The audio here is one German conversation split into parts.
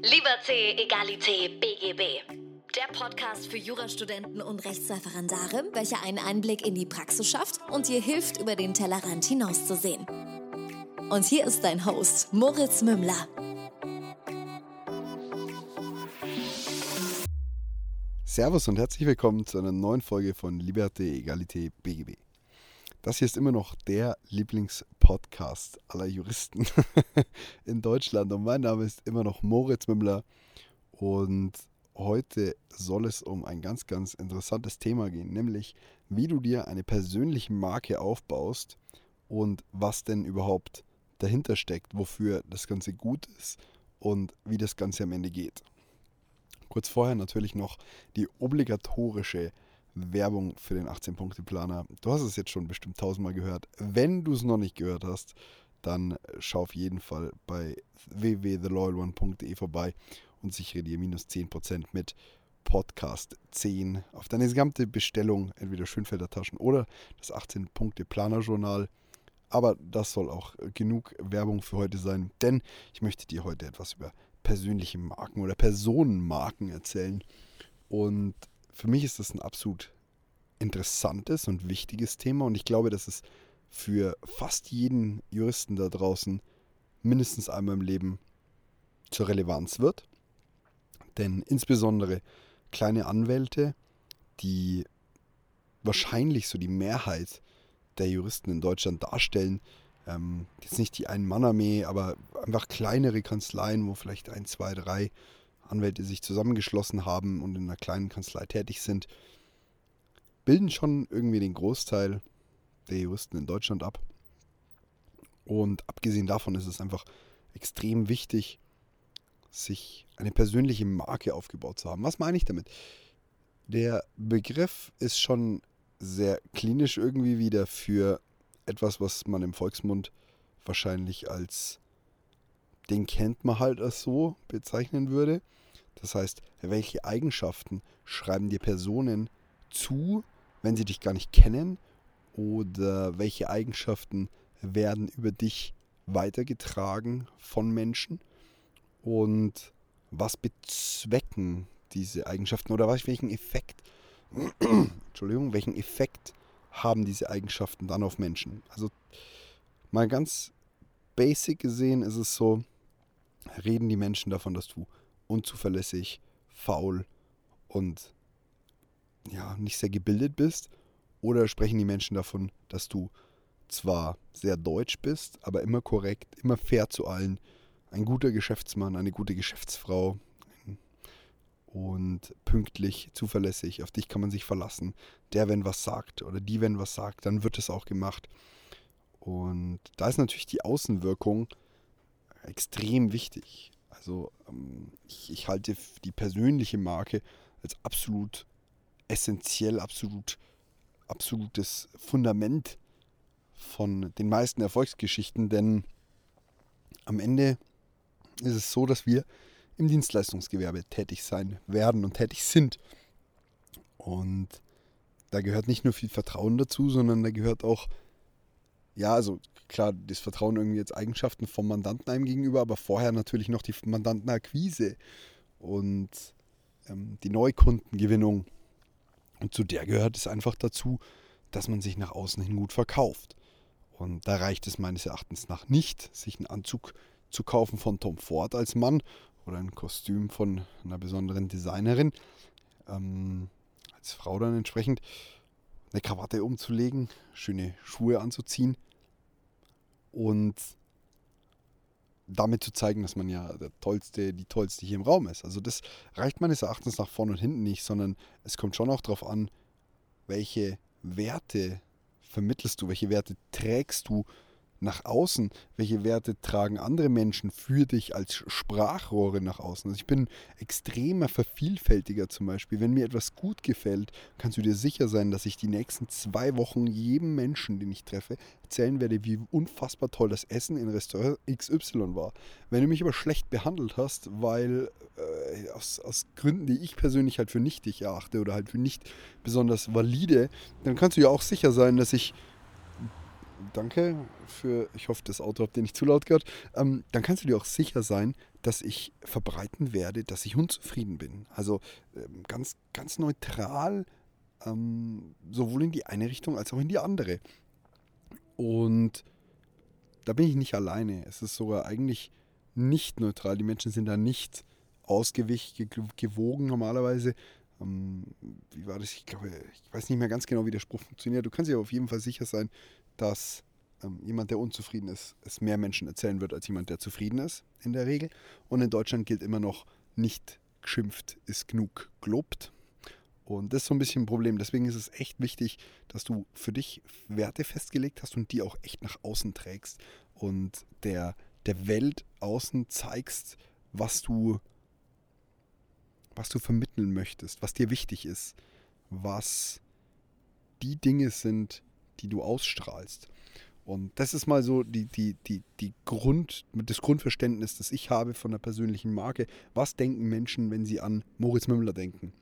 Liberté, Egalité, BGB. Der Podcast für Jurastudenten und Rechtsreferendare, welcher einen Einblick in die Praxis schafft und dir hilft, über den Tellerrand hinauszusehen. Und hier ist dein Host, Moritz Mümmler. Servus und herzlich willkommen zu einer neuen Folge von Liberté, Egalité, BGB. Das hier ist immer noch der Lieblingspodcast aller Juristen in Deutschland und mein Name ist immer noch Moritz Mümmler und heute soll es um ein ganz, ganz interessantes Thema gehen, nämlich wie du dir eine persönliche Marke aufbaust und was denn überhaupt dahinter steckt, wofür das Ganze gut ist und wie das Ganze am Ende geht. Kurz vorher natürlich noch die obligatorische Werbung für den 18-Punkte-Planer. Du hast es jetzt schon bestimmt 1000-mal gehört. Wenn du es noch nicht gehört hast, dann schau auf jeden Fall bei www.theloyalone.de vorbei und sichere dir minus 10% mit Podcast 10 auf deine gesamte Bestellung, entweder Schönfelder Taschen oder das 18-Punkte-Planer-Journal. Aber das soll auch genug Werbung für heute sein, denn ich möchte dir heute etwas über persönliche Marken oder Personenmarken erzählen. Und für mich ist das ein absolut interessantes und wichtiges Thema und ich glaube, dass es für fast jeden Juristen da draußen mindestens einmal im Leben zur Relevanz wird. Denn insbesondere kleine Anwälte, die wahrscheinlich so die Mehrheit der Juristen in Deutschland darstellen, jetzt nicht die Ein-Mann-Armee, aber einfach kleinere Kanzleien, wo vielleicht 1, 2, 3 Anwälte sich zusammengeschlossen haben und in einer kleinen Kanzlei tätig sind, bilden schon irgendwie den Großteil der Juristen in Deutschland ab. Und abgesehen davon ist es einfach extrem wichtig, sich eine persönliche Marke aufgebaut zu haben. Was meine ich damit? Der Begriff ist schon sehr klinisch irgendwie wieder für etwas, was man im Volksmund wahrscheinlich als den kennt man halt als so bezeichnen würde. Das heißt, welche Eigenschaften schreiben dir Personen zu, wenn sie dich gar nicht kennen? Oder welche Eigenschaften werden über dich weitergetragen von Menschen? Und was bezwecken diese Eigenschaften? Oder welchen Effekt haben diese Eigenschaften dann auf Menschen? Also mal ganz basic gesehen ist es so, reden die Menschen davon, dass du unzuverlässig, faul und nicht sehr gebildet bist? Oder sprechen die Menschen davon, dass du zwar sehr deutsch bist, aber immer korrekt, immer fair zu allen, ein guter Geschäftsmann, eine gute Geschäftsfrau und pünktlich, zuverlässig, auf dich kann man sich verlassen. Der, wenn was sagt oder die, wenn was sagt, dann wird es auch gemacht. Und da ist natürlich die Außenwirkung extrem wichtig. Also ich halte die persönliche Marke als absolut essentiell, absolutes Fundament von den meisten Erfolgsgeschichten, denn am Ende ist es so, dass wir im Dienstleistungsgewerbe tätig sein werden und tätig sind. Und da gehört nicht nur viel Vertrauen dazu, sondern da gehört auch, also klar, das Vertrauen irgendwie jetzt Eigenschaften vom Mandanten einem gegenüber, aber vorher natürlich noch die Mandantenakquise und die Neukundengewinnung. Und zu der gehört es einfach dazu, dass man sich nach außen hin gut verkauft. Und da reicht es meines Erachtens nach nicht, sich einen Anzug zu kaufen von Tom Ford als Mann oder ein Kostüm von einer besonderen Designerin, als Frau dann entsprechend eine Krawatte umzulegen, schöne Schuhe anzuziehen und damit zu zeigen, dass man ja die Tollste hier im Raum ist. Also das reicht meines Erachtens nach vorne und hinten nicht, sondern es kommt schon auch darauf an, welche Werte vermittelst du, welche Werte trägst du nach außen, welche Werte tragen andere Menschen für dich als Sprachrohre nach außen. Also ich bin extremer Vervielfältiger zum Beispiel. Wenn mir etwas gut gefällt, kannst du dir sicher sein, dass ich die nächsten 2 Wochen jedem Menschen, den ich treffe, erzählen werde, wie unfassbar toll das Essen in Restaurant XY war. Wenn du mich aber schlecht behandelt hast, weil aus Gründen, die ich persönlich halt für nichtig erachte oder halt für nicht besonders valide, dann kannst du ja auch sicher sein, dass ich danke ich hoffe, das Auto habt ihr nicht zu laut gehört. Dann kannst du dir auch sicher sein, dass ich verbreiten werde, dass ich unzufrieden bin. Also ganz, ganz neutral, sowohl in die eine Richtung als auch in die andere. Und da bin ich nicht alleine. Es ist sogar eigentlich nicht neutral. Die Menschen sind da nicht ausgewichen, gewogen normalerweise. Wie war das? Ich glaube, ich weiß nicht mehr ganz genau, wie der Spruch funktioniert. Du kannst dir aber auf jeden Fall sicher sein, dass jemand, der unzufrieden ist, es mehr Menschen erzählen wird, als jemand, der zufrieden ist, in der Regel. Und in Deutschland gilt immer noch, nicht geschimpft ist genug gelobt. Und das ist so ein bisschen ein Problem. Deswegen ist es echt wichtig, dass du für dich Werte festgelegt hast und die auch echt nach außen trägst und der Welt außen zeigst, was du vermitteln möchtest, was dir wichtig ist, was die Dinge sind, die du ausstrahlst. Und das ist mal so das Grundverständnis, das ich habe von der persönlichen Marke. Was denken Menschen, wenn sie an Moritz Mümmler denken?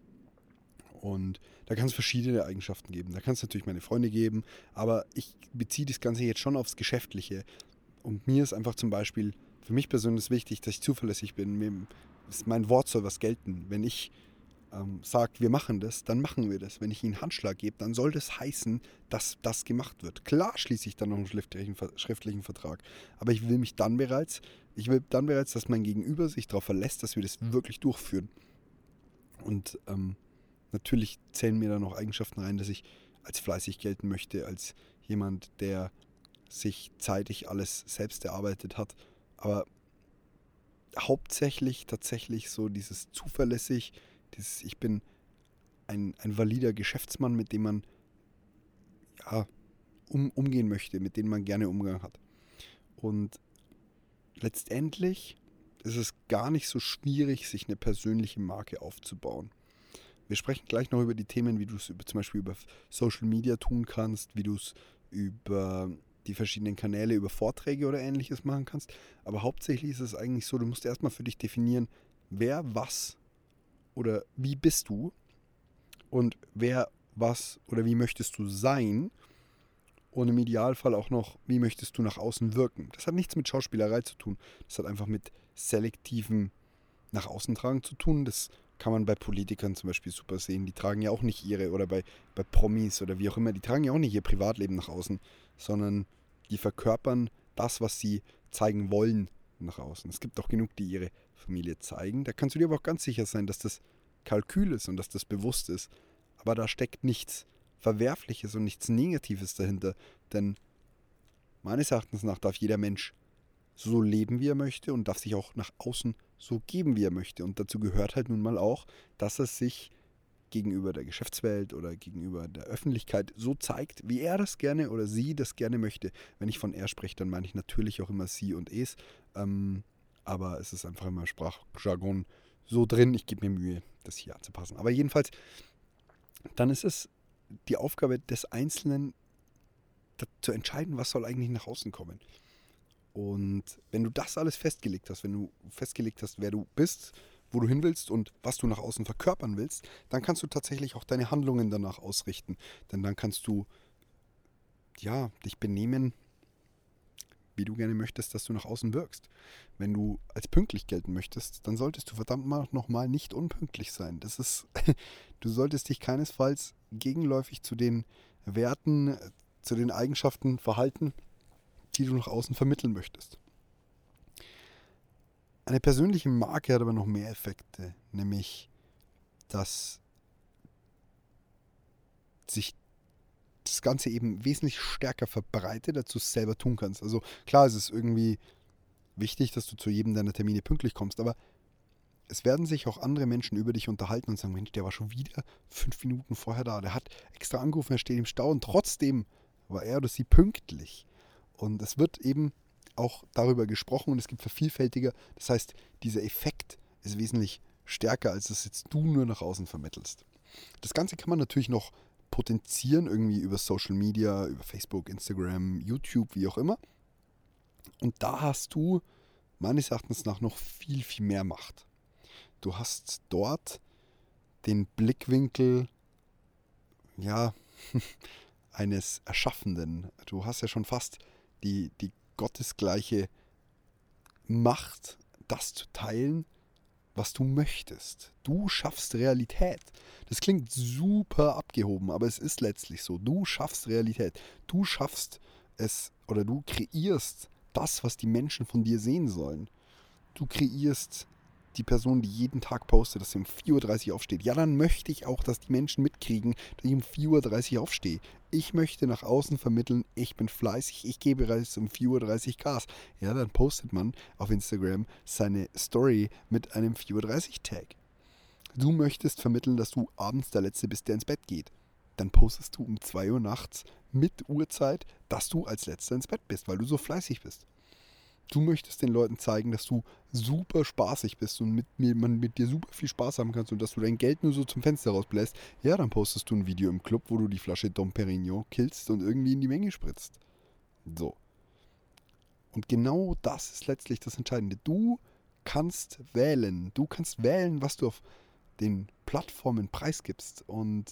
Und da kann es verschiedene Eigenschaften geben. Da kann es natürlich meine Freunde geben, aber ich beziehe das Ganze jetzt schon aufs Geschäftliche. Und mir ist einfach zum Beispiel, für mich persönlich wichtig, dass ich zuverlässig bin. Mein Wort soll was gelten. Wenn ich sage, wir machen das, dann machen wir das. Wenn ich Ihnen einen Handschlag gebe, dann soll das heißen, dass das gemacht wird. Klar schließe ich dann noch einen schriftlichen Vertrag. Aber ich will dann bereits, dass mein Gegenüber sich darauf verlässt, dass wir das wirklich durchführen. Und natürlich zählen mir da noch Eigenschaften rein, dass ich als fleißig gelten möchte, als jemand, der sich zeitig alles selbst erarbeitet hat. Aber hauptsächlich tatsächlich so dieses zuverlässig, ich bin ein valider Geschäftsmann, mit dem man ja, umgehen möchte, mit dem man gerne Umgang hat. Und letztendlich ist es gar nicht so schwierig, sich eine persönliche Marke aufzubauen. Wir sprechen gleich noch über die Themen, wie du es zum Beispiel über Social Media tun kannst, wie du es über die verschiedenen Kanäle, über Vorträge oder Ähnliches machen kannst. Aber hauptsächlich ist es eigentlich so, du musst erstmal für dich definieren, wer, was oder wie bist du und wer, was oder wie möchtest du sein und im Idealfall auch noch, wie möchtest du nach außen wirken. Das hat nichts mit Schauspielerei zu tun. Das hat einfach mit selektivem nach außen tragen zu tun. Das kann man bei Politikern zum Beispiel super sehen. Die tragen ja auch nicht oder bei Promis oder wie auch immer, die tragen ja auch nicht ihr Privatleben nach außen, sondern die verkörpern das, was sie zeigen wollen, nach außen. Es gibt auch genug, die ihre Familie zeigen. Da kannst du dir aber auch ganz sicher sein, dass das Kalkül ist und dass das bewusst ist. Aber da steckt nichts Verwerfliches und nichts Negatives dahinter. Denn meines Erachtens nach darf jeder Mensch so leben, wie er möchte und darf sich auch nach außen so geben, wie er möchte. Und dazu gehört halt nun mal auch, dass er sich gegenüber der Geschäftswelt oder gegenüber der Öffentlichkeit so zeigt, wie er das gerne oder sie das gerne möchte. Wenn ich von er spreche, dann meine ich natürlich auch immer sie und es. Aber es ist einfach immer Sprachjargon so drin. Ich gebe mir Mühe, das hier anzupassen. Aber jedenfalls, dann ist es die Aufgabe des Einzelnen, zu entscheiden, was soll eigentlich nach außen kommen. Und wenn du das alles festgelegt hast, wenn du festgelegt hast, wer du bist, wo du hin willst und was du nach außen verkörpern willst, dann kannst du tatsächlich auch deine Handlungen danach ausrichten. Denn dann kannst du dich benehmen, wie du gerne möchtest, dass du nach außen wirkst. Wenn du als pünktlich gelten möchtest, dann solltest du verdammt nochmal nicht unpünktlich sein. Du solltest dich keinesfalls gegenläufig zu den Werten, zu den Eigenschaften verhalten, die du nach außen vermitteln möchtest. Eine persönliche Marke hat aber noch mehr Effekte, nämlich, dass sich das Ganze eben wesentlich stärker verbreitet, als du es selber tun kannst. Also klar, es ist irgendwie wichtig, dass du zu jedem deiner Termine pünktlich kommst, aber es werden sich auch andere Menschen über dich unterhalten und sagen, Mensch, der war schon wieder 5 Minuten vorher da, der hat extra angerufen, er steht im Stau und trotzdem war er oder sie pünktlich. Und es wird eben auch darüber gesprochen und es gibt Vervielfältiger. Das heißt, dieser Effekt ist wesentlich stärker, als es jetzt du nur nach außen vermittelst. Das Ganze kann man natürlich noch potenzieren, irgendwie über Social Media, über Facebook, Instagram, YouTube, wie auch immer. Und da hast du meines Erachtens nach noch viel, viel mehr Macht. Du hast dort den Blickwinkel, eines Erschaffenden. Du hast ja schon fast die gottesgleiche Macht, das zu teilen, was du möchtest. Du schaffst Realität. Das klingt super abgehoben, aber es ist letztlich so. Du schaffst Realität. Du schaffst es oder du kreierst das, was die Menschen von dir sehen sollen. Du kreierst die Person, die jeden Tag postet, dass sie um 4:30 Uhr aufsteht. Ja, dann möchte ich auch, dass die Menschen mitkriegen, dass ich um 4:30 Uhr aufstehe. Ich möchte nach außen vermitteln, ich bin fleißig, ich gehe bereits um 4:30 Uhr Gas. Ja, dann postet man auf Instagram seine Story mit einem 4:30 Uhr Tag. Du möchtest vermitteln, dass du abends der Letzte bist, der ins Bett geht. Dann postest du um 2 Uhr nachts mit Uhrzeit, dass du als Letzter ins Bett bist, weil du so fleißig bist. Du möchtest den Leuten zeigen, dass du super spaßig bist und man mit dir super viel Spaß haben kannst und dass du dein Geld nur so zum Fenster rausbläst. Ja, dann postest du ein Video im Club, wo du die Flasche Dom Perignon killst und irgendwie in die Menge spritzt. So. Und genau das ist letztlich das Entscheidende. Du kannst wählen. Du kannst wählen, was du auf den Plattformen preisgibst. Und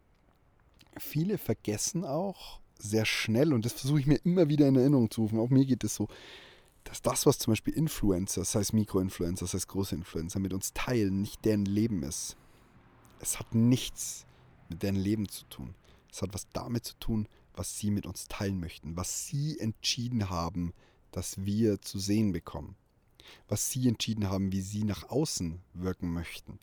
viele vergessen auch sehr schnell, und das versuche ich mir immer wieder in Erinnerung zu rufen, auch mir geht es so, dass das, was zum Beispiel Influencer, sei es Mikroinfluencer, sei es große Influencer, mit uns teilen, nicht deren Leben ist. Es hat nichts mit deren Leben zu tun. Es hat was damit zu tun, was sie mit uns teilen möchten, was sie entschieden haben, dass wir zu sehen bekommen, was sie entschieden haben, wie sie nach außen wirken möchten.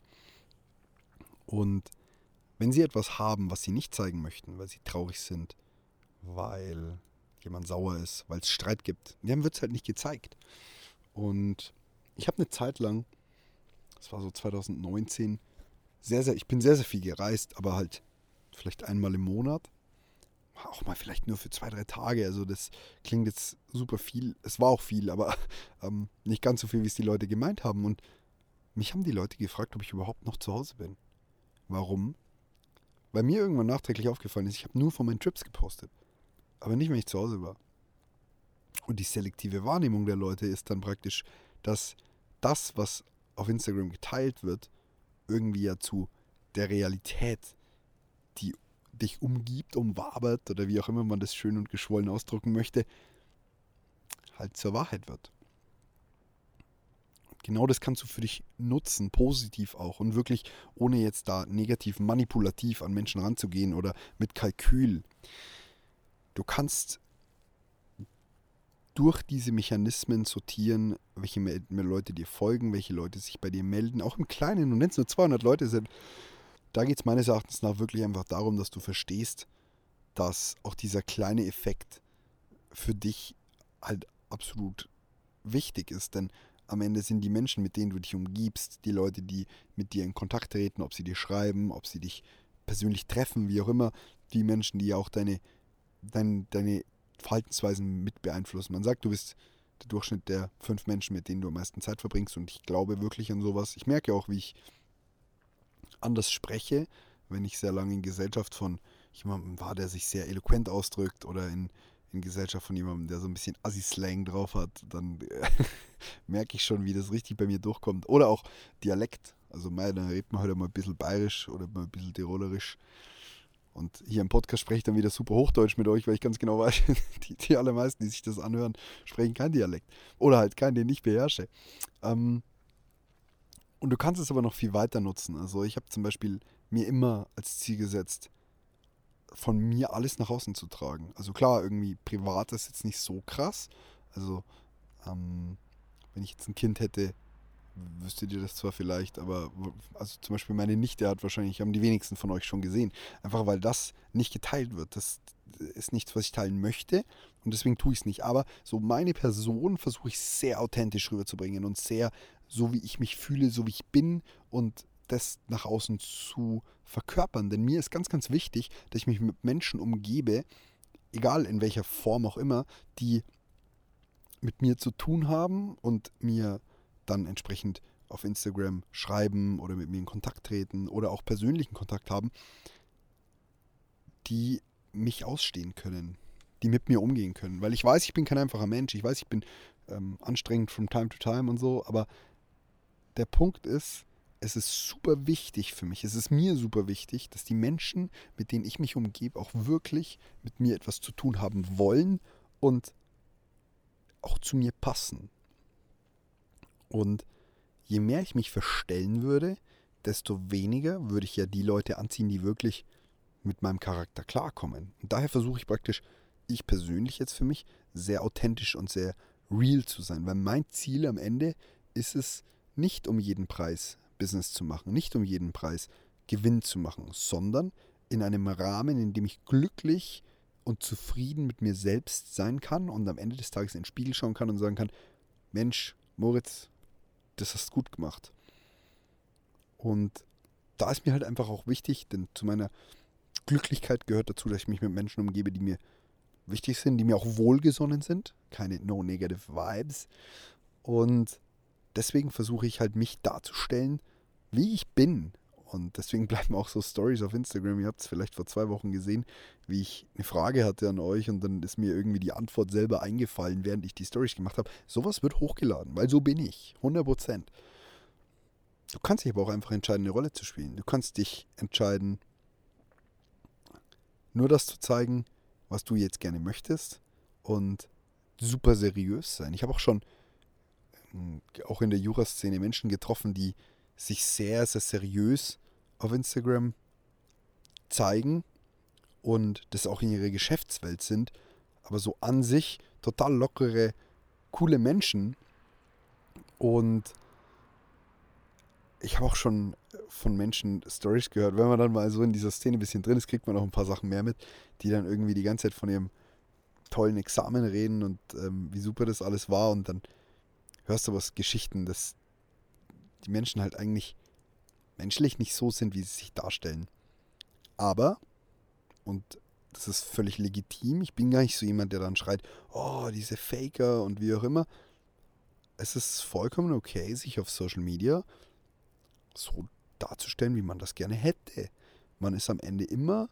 Und wenn sie etwas haben, was sie nicht zeigen möchten, weil sie traurig sind, weil jemand sauer ist, weil es Streit gibt, dann wird es halt nicht gezeigt. Und ich habe eine Zeit lang, das war so 2019, ich bin sehr, sehr viel gereist, aber halt vielleicht einmal im Monat. Auch mal vielleicht nur für 2, 3 Tage. Also das klingt jetzt super viel. Es war auch viel, aber nicht ganz so viel, wie es die Leute gemeint haben. Und mich haben die Leute gefragt, ob ich überhaupt noch zu Hause bin. Warum? Weil mir irgendwann nachträglich aufgefallen ist, ich habe nur von meinen Trips gepostet. Aber nicht, wenn ich zu Hause war. Und die selektive Wahrnehmung der Leute ist dann praktisch, dass das, was auf Instagram geteilt wird, irgendwie ja zu der Realität, die dich umgibt, umwabert oder wie auch immer man das schön und geschwollen ausdrücken möchte, halt zur Wahrheit wird. Genau das kannst du für dich nutzen, positiv auch und wirklich ohne jetzt da negativ, manipulativ an Menschen ranzugehen oder mit Kalkül. Du kannst durch diese Mechanismen sortieren, welche Leute dir folgen, welche Leute sich bei dir melden, auch im Kleinen. Und wenn es nur 200 Leute sind, da geht es meines Erachtens nach wirklich einfach darum, dass du verstehst, dass auch dieser kleine Effekt für dich halt absolut wichtig ist. Denn am Ende sind die Menschen, mit denen du dich umgibst, die Leute, die mit dir in Kontakt treten, ob sie dir schreiben, ob sie dich persönlich treffen, wie auch immer, die Menschen, die ja auch deine Verhaltensweisen mit beeinflussen. Man sagt, du bist der Durchschnitt der 5 Menschen, mit denen du am meisten Zeit verbringst, und ich glaube wirklich an sowas. Ich merke auch, wie ich anders spreche, wenn ich sehr lange in Gesellschaft von jemandem war, der sich sehr eloquent ausdrückt, oder in Gesellschaft von jemandem, der so ein bisschen Assi-Slang drauf hat, dann merke ich schon, wie das richtig bei mir durchkommt. Oder auch Dialekt. Also da redet man halt mal ein bisschen bayerisch oder mal ein bisschen tirolerisch. Und hier im Podcast spreche ich dann wieder super Hochdeutsch mit euch, weil ich ganz genau weiß, die allermeisten, die sich das anhören, sprechen kein Dialekt. Oder halt keinen, den ich beherrsche. Und du kannst es aber noch viel weiter nutzen. Also ich habe zum Beispiel mir immer als Ziel gesetzt, von mir alles nach außen zu tragen. Also klar, irgendwie privat ist jetzt nicht so krass. Also wenn ich jetzt ein Kind hätte, wüsstet ihr das zwar vielleicht, aber also zum Beispiel meine Nichte haben die wenigsten von euch schon gesehen. Einfach weil das nicht geteilt wird. Das ist nichts, was ich teilen möchte, und deswegen tue ich es nicht. Aber so meine Person versuche ich sehr authentisch rüberzubringen und sehr so, wie ich mich fühle, so wie ich bin, und das nach außen zu verkörpern. Denn mir ist ganz, ganz wichtig, dass ich mich mit Menschen umgebe, egal in welcher Form auch immer, die mit mir zu tun haben und mir dann entsprechend auf Instagram schreiben oder mit mir in Kontakt treten oder auch persönlichen Kontakt haben, die mich ausstehen können, die mit mir umgehen können. Weil ich weiß, ich bin kein einfacher Mensch, ich weiß, ich bin anstrengend from time to time und so, aber der Punkt ist, es ist super wichtig für mich, es ist mir super wichtig, dass die Menschen, mit denen ich mich umgebe, auch wirklich mit mir etwas zu tun haben wollen und auch zu mir passen. Und je mehr ich mich verstellen würde, desto weniger würde ich ja die Leute anziehen, die wirklich mit meinem Charakter klarkommen. Und daher versuche ich praktisch, ich persönlich jetzt für mich, sehr authentisch und sehr real zu sein. Weil mein Ziel am Ende ist es, nicht um jeden Preis Business zu machen, nicht um jeden Preis Gewinn zu machen, sondern in einem Rahmen, in dem ich glücklich und zufrieden mit mir selbst sein kann und am Ende des Tages in den Spiegel schauen kann und sagen kann, Mensch, Moritz, das hast du gut gemacht. Und da ist mir halt einfach auch wichtig, denn zu meiner Glücklichkeit gehört dazu, dass ich mich mit Menschen umgebe, die mir wichtig sind, die mir auch wohlgesonnen sind. Keine no negative vibes. Und deswegen versuche ich halt, mich darzustellen, wie ich bin. Und deswegen bleiben auch so Stories auf Instagram. Ihr habt es vielleicht vor 2 Wochen gesehen, wie ich eine Frage hatte an euch und dann ist mir irgendwie die Antwort selber eingefallen, während ich die Stories gemacht habe. Sowas wird hochgeladen, weil so bin ich. 100%. Du kannst dich aber auch einfach entscheiden, eine Rolle zu spielen. Du kannst dich entscheiden, nur das zu zeigen, was du jetzt gerne möchtest und super seriös sein. Ich habe auch schon auch in der Juraszene Menschen getroffen, die sich sehr, sehr seriös auf Instagram zeigen und das auch in ihrer Geschäftswelt sind, aber so an sich total lockere, coole Menschen. Und ich habe auch schon von Menschen Stories gehört, wenn man dann mal so in dieser Szene ein bisschen drin ist, kriegt man auch ein paar Sachen mehr mit, die dann irgendwie die ganze Zeit von ihrem tollen Examen reden und wie super das alles war und dann hörst du was Geschichten, dass die Menschen halt eigentlich menschlich nicht so sind, wie sie sich darstellen. Aber, und das ist völlig legitim, ich bin gar nicht so jemand, der dann schreit, oh, diese Faker und wie auch immer. Es ist vollkommen okay, sich auf Social Media so darzustellen, wie man das gerne hätte. Man ist am Ende immer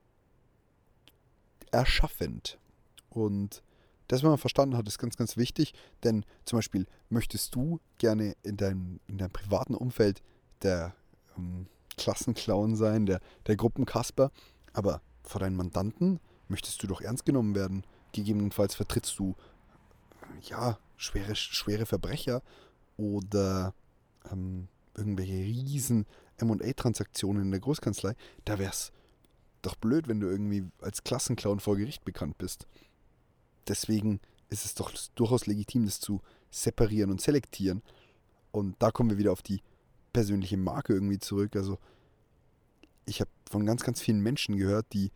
erschaffend. Und das, was man verstanden hat, ist ganz, ganz wichtig. Denn zum Beispiel möchtest du gerne in deinem privaten Umfeld der Klassenclown sein, der Gruppenkasper, aber vor deinen Mandanten möchtest du doch ernst genommen werden. Gegebenenfalls vertrittst du ja schwere Verbrecher oder irgendwelche riesen M&A-Transaktionen in der Großkanzlei. Da wäre es doch blöd, wenn du irgendwie als Klassenclown vor Gericht bekannt bist. Deswegen ist es doch durchaus legitim, das zu separieren und selektieren. Und da kommen wir wieder auf die persönliche Marke irgendwie zurück. Also ich habe von ganz, ganz vielen Menschen gehört, die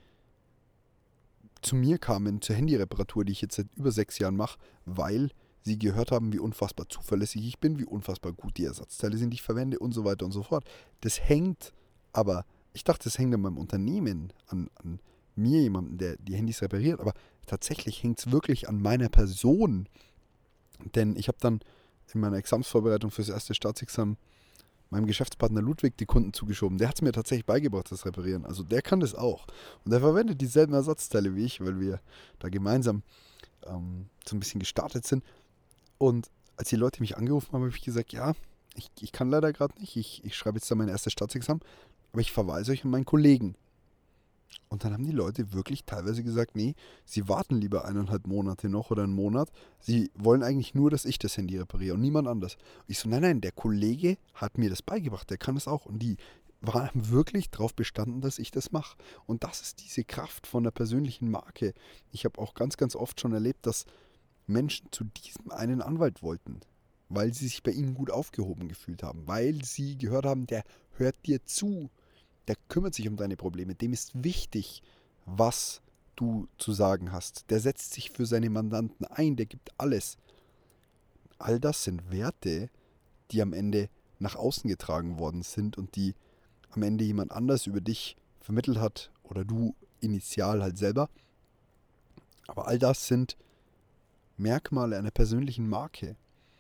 zu mir kamen zur Handyreparatur, die ich jetzt seit über 6 Jahren mache, weil sie gehört haben, wie unfassbar zuverlässig ich bin, wie unfassbar gut die Ersatzteile sind, die ich verwende und so weiter und so fort. Das hängt, aber ich dachte, das hängt an meinem Unternehmen, an mir, jemandem, der die Handys repariert, aber tatsächlich hängt es wirklich an meiner Person. Denn ich habe dann in meiner Examsvorbereitung fürs erste Staatsexamen meinem Geschäftspartner Ludwig die Kunden zugeschoben. Der hat es mir tatsächlich beigebracht, das Reparieren. Also der kann das auch. Und der verwendet dieselben Ersatzteile wie ich, weil wir da gemeinsam so ein bisschen gestartet sind. Und als die Leute mich angerufen haben, habe ich gesagt, ja, ich kann leider gerade nicht. Ich schreibe jetzt da mein erstes Staatsexamen, aber ich verweise euch an meinen Kollegen. Und dann haben die Leute wirklich teilweise gesagt, nee, sie warten lieber 1,5 Monate noch oder einen Monat. Sie wollen eigentlich nur, dass ich das Handy repariere und niemand anders. Und ich so, nein, der Kollege hat mir das beigebracht, der kann das auch. Und die haben wirklich darauf bestanden, dass ich das mache. Und das ist diese Kraft von der persönlichen Marke. Ich habe auch ganz, ganz oft schon erlebt, dass Menschen zu diesem einen Anwalt wollten, weil sie sich bei ihm gut aufgehoben gefühlt haben, weil sie gehört haben, der hört dir zu. Der kümmert sich um deine Probleme. Dem ist wichtig, was du zu sagen hast. Der setzt sich für seine Mandanten ein. Der gibt alles. All das sind Werte, die am Ende nach außen getragen worden sind und die am Ende jemand anders über dich vermittelt hat oder du initial halt selber. Aber all das sind Merkmale einer persönlichen Marke.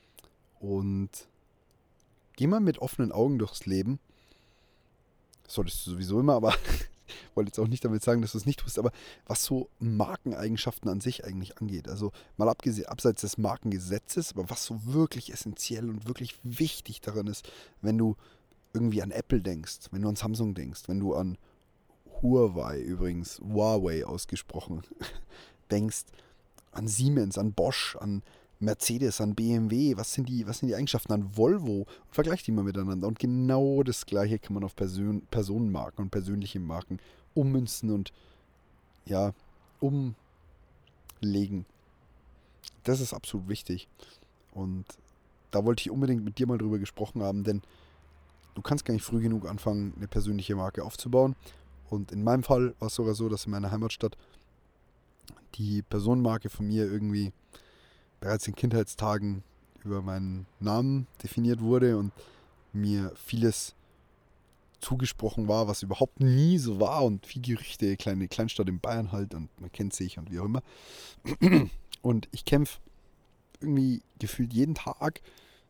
Und geh mal mit offenen Augen durchs Leben. Das solltest du sowieso immer, aber ich wollte jetzt auch nicht damit sagen, dass du es nicht tust, aber was so Markeneigenschaften an sich eigentlich angeht. Also mal abseits des Markengesetzes, aber was so wirklich essentiell und wirklich wichtig daran ist, wenn du irgendwie an Apple denkst, wenn du an Samsung denkst, wenn du an Huawei ausgesprochen, denkst, an Siemens, an Bosch, an Mercedes, an BMW, was sind die Eigenschaften an Volvo? Und vergleich die mal miteinander. Und genau das Gleiche kann man auf Personenmarken und persönliche Marken ummünzen und ja, umlegen. Das ist absolut wichtig. Und da wollte ich unbedingt mit dir mal drüber gesprochen haben, denn du kannst gar nicht früh genug anfangen, eine persönliche Marke aufzubauen. Und in meinem Fall war es sogar so, dass in meiner Heimatstadt die Personenmarke von mir irgendwie bereits in Kindheitstagen über meinen Namen definiert wurde und mir vieles zugesprochen war, was überhaupt nie so war und viel Gerüchte, kleine Kleinstadt in Bayern halt und man kennt sich und wie auch immer. Und ich kämpfe irgendwie gefühlt jeden Tag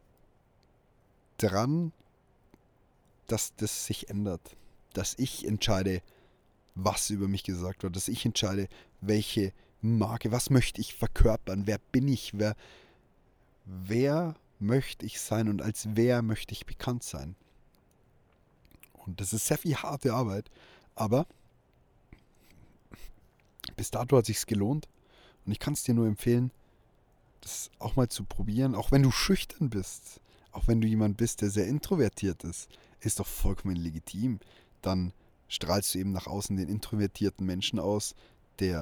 daran, dass das sich ändert. Dass ich entscheide, was über mich gesagt wird. Dass ich entscheide, welche Marke, was möchte ich verkörpern, wer bin ich, wer möchte ich sein und als wer möchte ich bekannt sein. Und das ist sehr viel harte Arbeit, aber bis dato hat es sich gelohnt und ich kann es dir nur empfehlen, das auch mal zu probieren, auch wenn du schüchtern bist, auch wenn du jemand bist, der sehr introvertiert ist doch vollkommen legitim. Dann strahlst du eben nach außen den introvertierten Menschen aus, der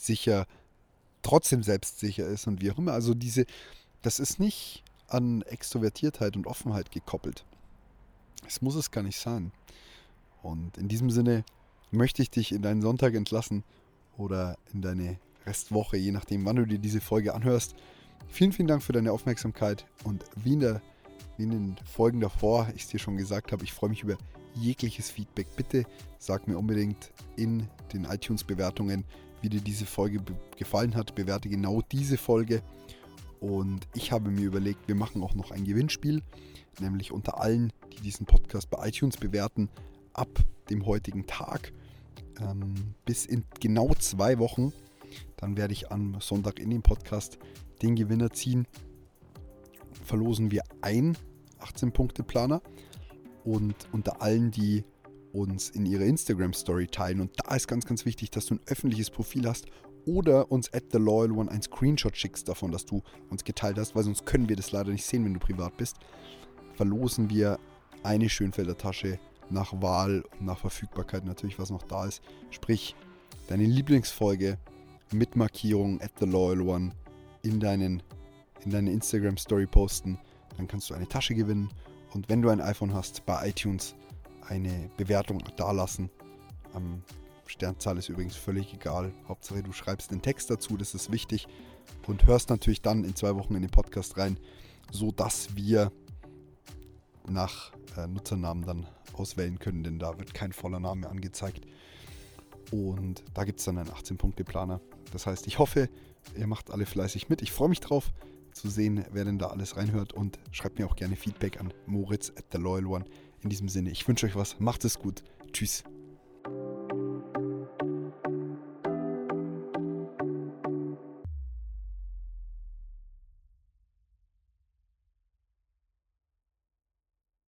trotzdem selbstsicher ist und wie auch immer. Also das ist nicht an Extrovertiertheit und Offenheit gekoppelt. Es muss es gar nicht sein. Und in diesem Sinne möchte ich dich in deinen Sonntag entlassen oder in deine Restwoche, je nachdem, wann du dir diese Folge anhörst. Vielen, vielen Dank für deine Aufmerksamkeit und wie in den Folgen davor ich es dir schon gesagt habe, ich freue mich über jegliches Feedback. Bitte sag mir unbedingt in den iTunes-Bewertungen, wie dir diese Folge gefallen hat. Bewerte genau diese Folge. Und ich habe mir überlegt, wir machen auch noch ein Gewinnspiel, nämlich unter allen, die diesen Podcast bei iTunes bewerten, ab dem heutigen Tag bis in genau 2 Wochen. Dann werde ich am Sonntag in dem Podcast den Gewinner ziehen. Verlosen wir ein 18-Punkte-Planer und unter allen, die uns in ihrer Instagram-Story teilen. Und da ist ganz, ganz wichtig, dass du ein öffentliches Profil hast oder uns @theloyalone ein Screenshot schickst davon, dass du uns geteilt hast, weil sonst können wir das leider nicht sehen, wenn du privat bist. Verlosen wir eine Schönfelder Tasche nach Wahl und nach Verfügbarkeit natürlich, was noch da ist. Sprich, deine Lieblingsfolge mit Markierung @theloyalone in deine Instagram-Story posten. Dann kannst du eine Tasche gewinnen. Und wenn du ein iPhone hast, bei iTunes eine Bewertung dalassen. Sternzahl ist übrigens völlig egal. Hauptsache du schreibst den Text dazu, das ist wichtig. Und hörst natürlich dann in 2 Wochen in den Podcast rein, sodass wir nach Nutzernamen dann auswählen können, denn da wird kein voller Name angezeigt. Und da gibt es dann einen 18-Punkte-Planer. Das heißt, ich hoffe, ihr macht alle fleißig mit. Ich freue mich drauf zu sehen, wer denn da alles reinhört und schreibt mir auch gerne Feedback an Moritz @theloyalone. In diesem Sinne, ich wünsche euch was, macht es gut, tschüss.